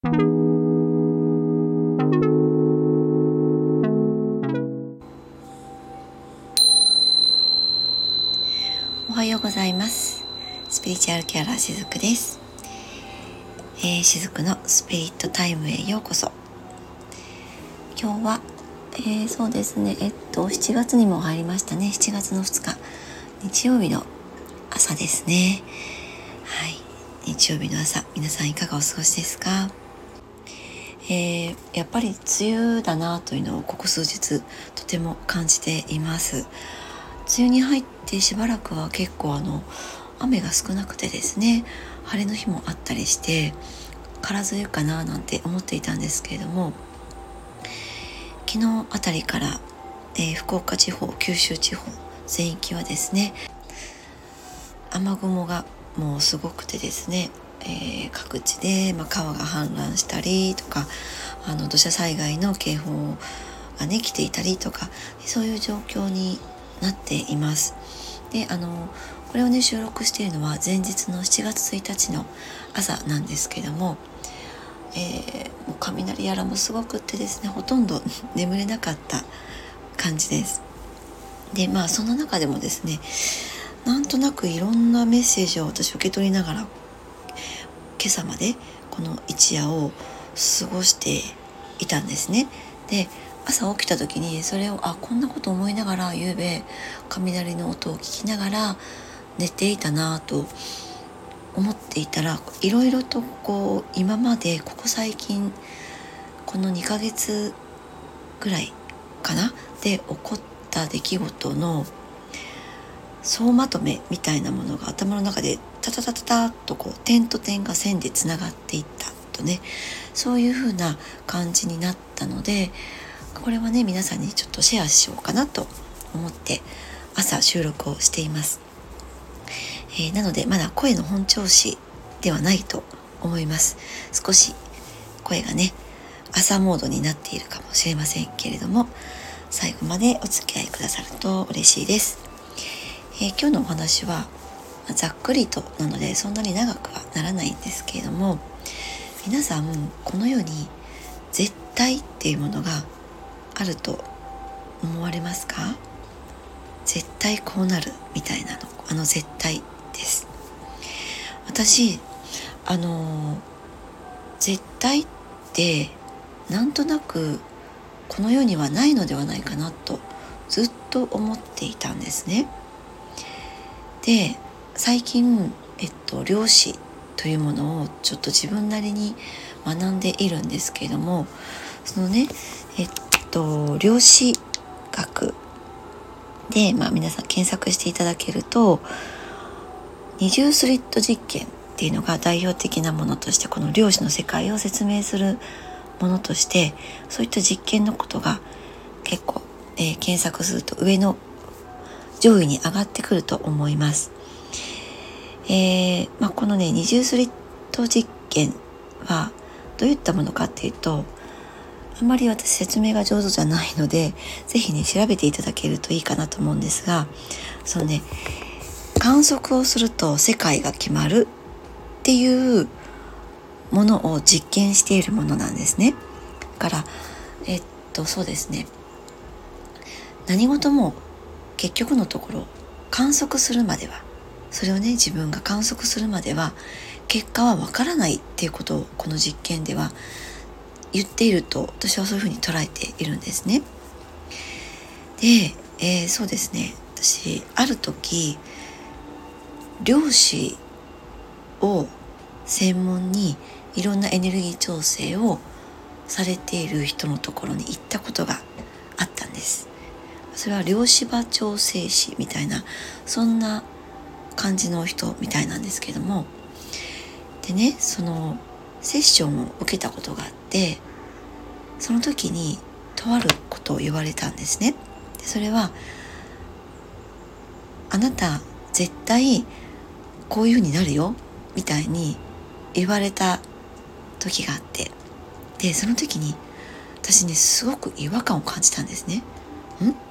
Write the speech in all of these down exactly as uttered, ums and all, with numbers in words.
おはようございます。スピリチュアルケアラーしずくです。えー、しずくのスピリットタイムへようこそ。今日は、えー、そうですねえっとしちがつにも入りましたね。しちがつのふつか日曜日の朝ですね。はい、日曜日の朝、皆さんいかがお過ごしですか？えー、やっぱり梅雨だなというのをここ数日とても感じています。梅雨に入ってしばらくは結構あの雨が少なくてですね、晴れの日もあったりして空梅雨かななんて思っていたんですけれども、昨日あたりから、えー、福岡地方、九州地方全域はですね、雨雲がもうすごくてですね、えー、各地で、まあ、川が氾濫したりとか、あの土砂災害の警報がね来ていたりとか、そういう状況になっています。で、あのこれをね収録しているのは前日のしちがつついたちの朝なんですけども、えー、もう雷やらもすごくってですね、ほとんど眠れなかった感じです。で、まあその中でもですね、なんとなくいろんなメッセージを私受け取りながら、今朝までこの一夜を過ごしていたんですね。で、朝起きた時にそれをあこんなこと思いながら、夕べ雷の音を聞きながら寝ていたなと思っていたら、いろいろとこう今までここ最近このにかげつぐらいかなで起こった出来事の総まとめみたいなものが頭の中でタタタタタッとこう点と点が線でつながっていったとね、そういう風な感じになったので、これはね皆さんにちょっとシェアしようかなと思って朝収録をしています。えー、なのでまだ声の本調子ではないと思います。少し声がね朝モードになっているかもしれませんけれども、最後までお付き合いくださると嬉しいです。えー、今日のお話はざっくりとなのでそんなに長くはならないんですけれども、皆さんこの世に絶対っていうものがあると思われますか？絶対こうなるみたいなの、あの絶対です。私あの絶対ってなんとなくこの世にはないのではないかなとずっと思っていたんですね。で、最近、えっと、量子というものをちょっと自分なりに学んでいるんですけれども、そのね、えっと、量子学で、まあ、皆さん検索していただけると、二重スリット実験っていうのが代表的なものとして、この量子の世界を説明するものとして、そういった実験のことが結構、えー、検索すると上の上位に上がってくると思います。えーまあ、このね二重スリット実験はどういったものかっていうと、あんまり私説明が上手じゃないので、ぜひね調べていただけるといいかなと思うんですが、そのね観測をすると世界が決まるっていうものを実験しているものなんですね。だからえっとそうですね、何事も結局のところ観測するまでは、それをね自分が観測するまでは結果はわからないっていうことをこの実験では言っていると、私はそういうふうに捉えているんですね。で、えー、そうですね、私ある時量子を専門にいろんなエネルギー調整をされている人のところに行ったことがあったんです。それは量子場調整士みたいな、そんな感じの人みたいなんですけども、でね、そのセッションを受けたことがあって、その時にとあることを言われたんですね。でそれは、あなた絶対こういう風になるよみたいに言われた時があって、でその時に私ねすごく違和感を感じたんですね。んって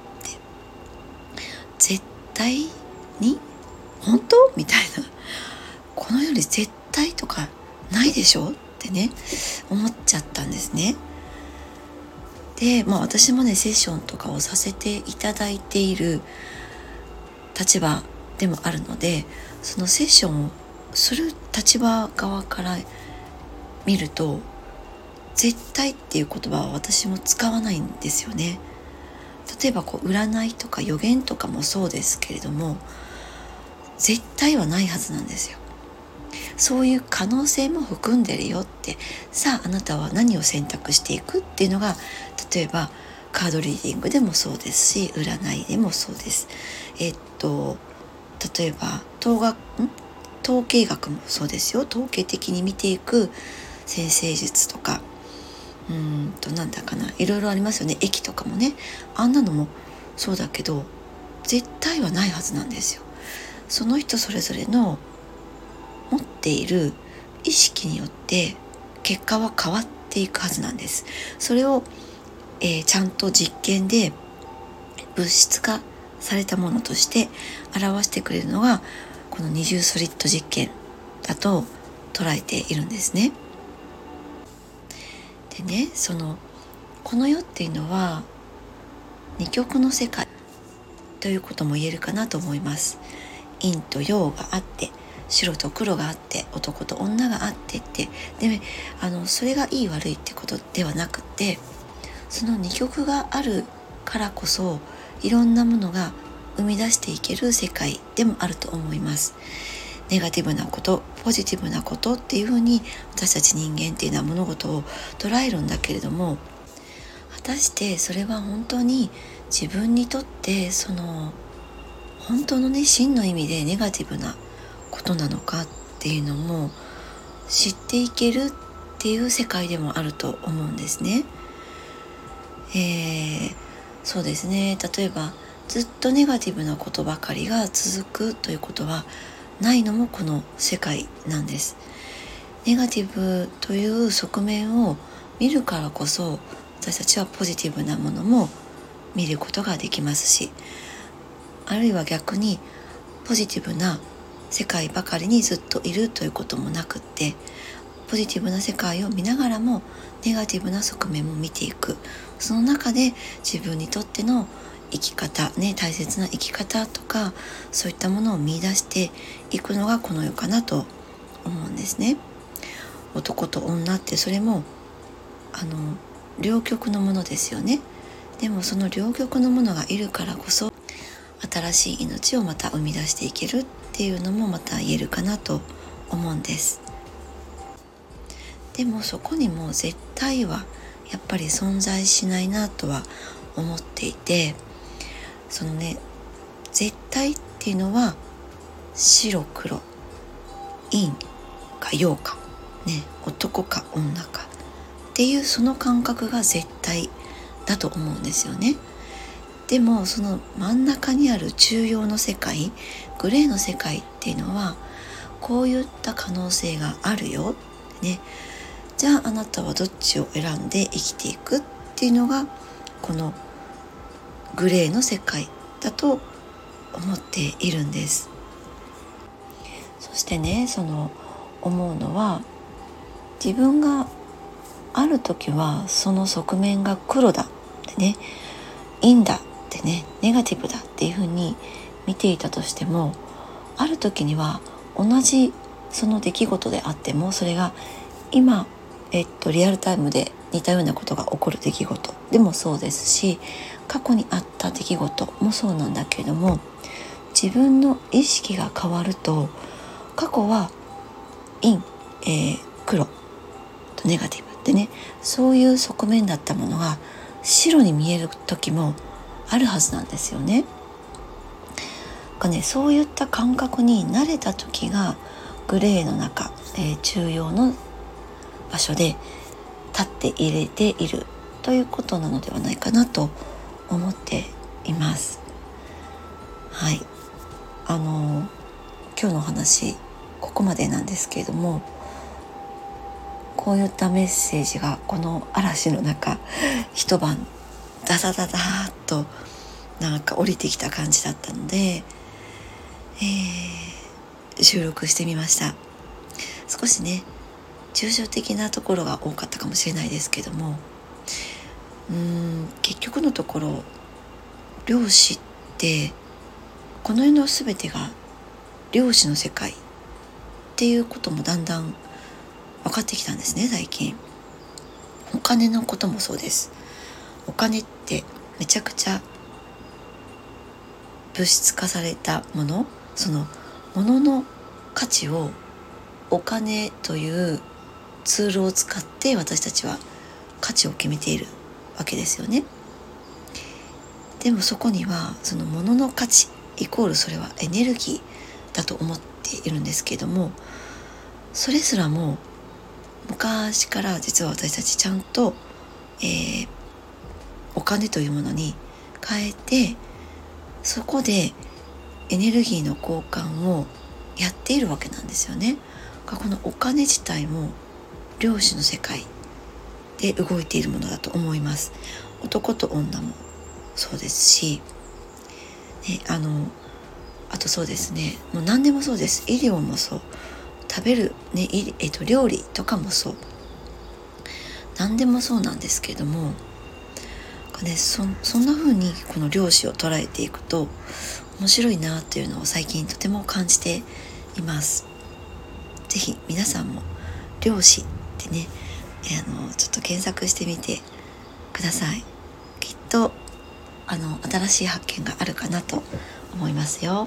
絶対に本当みたいな、この世に絶対とかないでしょっってね思っちゃったんですね。で、まあ私もねセッションとかをさせていただいている立場でもあるので、そのセッションをする立場側から見ると、絶対っていう言葉は私も使わないんですよね。例えばこう占いとか予言とかもそうですけれども、絶対はないはずなんですよ。そういう可能性も含んでるよって、さああなたは何を選択していくっていうのが、例えばカードリーディングでもそうですし、占いでもそうです。えっと例えば統学ん統計学もそうですよ。統計的に見ていく占星術とか、うーんとなんだかないろいろありますよね。駅とかもね、あんなのもそうだけど絶対はないはずなんですよ。その人それぞれの持っている意識によって結果は変わっていくはずなんです。それを、えー、ちゃんと実験で物質化されたものとして表してくれるのがこの二重ソリッド実験だと捉えているんですね。でね、そのこの世っていうのは二極の世界ということも言えるかなと思います。陰と陽があって、白と黒があって、男と女があってってで、あのそれがいい悪いってことではなくて、その二極があるからこそいろんなものが生み出していける世界でもあると思います。ネガティブなこと、ポジティブなことっていうふうに私たち人間っていうのは物事を捉えるんだけれども、果たしてそれは本当に自分にとってその本当のね真の意味でネガティブなことなのかっていうのも知っていけるっていう世界でもあると思うんですね。えー、そうですね。例えばずっとネガティブなことばかりが続くということはないのもこの世界なんです。ネガティブという側面を見るからこそ、私たちはポジティブなものも見ることができますし、あるいは逆にポジティブな世界ばかりにずっといるということもなくって、ポジティブな世界を見ながらもネガティブな側面も見ていく。その中で自分にとっての生き方ね、大切な生き方とかそういったものを見出していくのがこの世かなと思うんですね。男と女ってそれもあの両極のものですよね。でもその両極のものがいるからこそ新しい命をまた生み出していけるっていうのもまた言えるかなと思うんです。でもそこにも絶対はやっぱり存在しないなとは思っていて、そのね絶対っていうのは白黒、陰か陽か、ね、男か女かっていうその感覚が絶対だと思うんですよね。でもその真ん中にある中庸の世界、グレーの世界っていうのはこういった可能性があるよ、ね、じゃああなたはどっちを選んで生きていくっていうのがこのグレーの世界だと思っているんです。そしてね、その思うのは、自分がある時はその側面が黒だってね、陰だってね、ネガティブだっていうふうに見ていたとしても、ある時には同じその出来事であっても、それが今、えっと、リアルタイムで似たようなことが起こる出来事でもそうですし、過去にあった出来事もそうなんだけれども、自分の意識が変わると、過去は陰、えー、黒とネガティブってね、そういう側面だったものが白に見える時もあるはずなんですよね。かね、そういった感覚に慣れた時がグレーの中、えー、中庸の場所で立って入れているということなのではないかなと思っています。はい、あの今日の話ここまでなんですけれども、こういったメッセージがこの嵐の中一晩ダダダダーっとなんか降りてきた感じだったので、えー、収録してみました。少しね抽象的なところが多かったかもしれないですけども、うーん結局のところ量子ってこの世の全てが量子の世界っていうこともだんだん分かってきたんですね。最近お金のこともそうです。お金ってめちゃくちゃ物質化されたもの、そのものの価値をお金というツールを使って私たちは価値を決めているわけですよね。でもそこにはそのものの価値イコールそれはエネルギーだと思っているんですけれども、それすらも昔から実は私たちちゃんと、えー、お金というものに変えて、そこでエネルギーの交換をやっているわけなんですよね。このお金自体も量子の世界で動いているものだと思います。男と女もそうですし、ね、あのあとそうですね、もう何でもそうです。医療もそう、食べる、ねえっと、料理とかもそう、何でもそうなんですけれども、ね、そ, そんな風にこの量子を捉えていくと面白いなというのを最近とても感じています。ぜひ皆さんも量子ってね、あのちょっと検索してみてください。きっとあの新しい発見があるかなと思いますよ。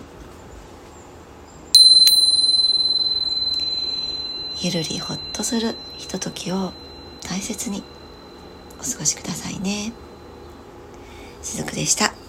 ゆるりほっとするひとときを大切にお過ごしくださいね。しずくでした。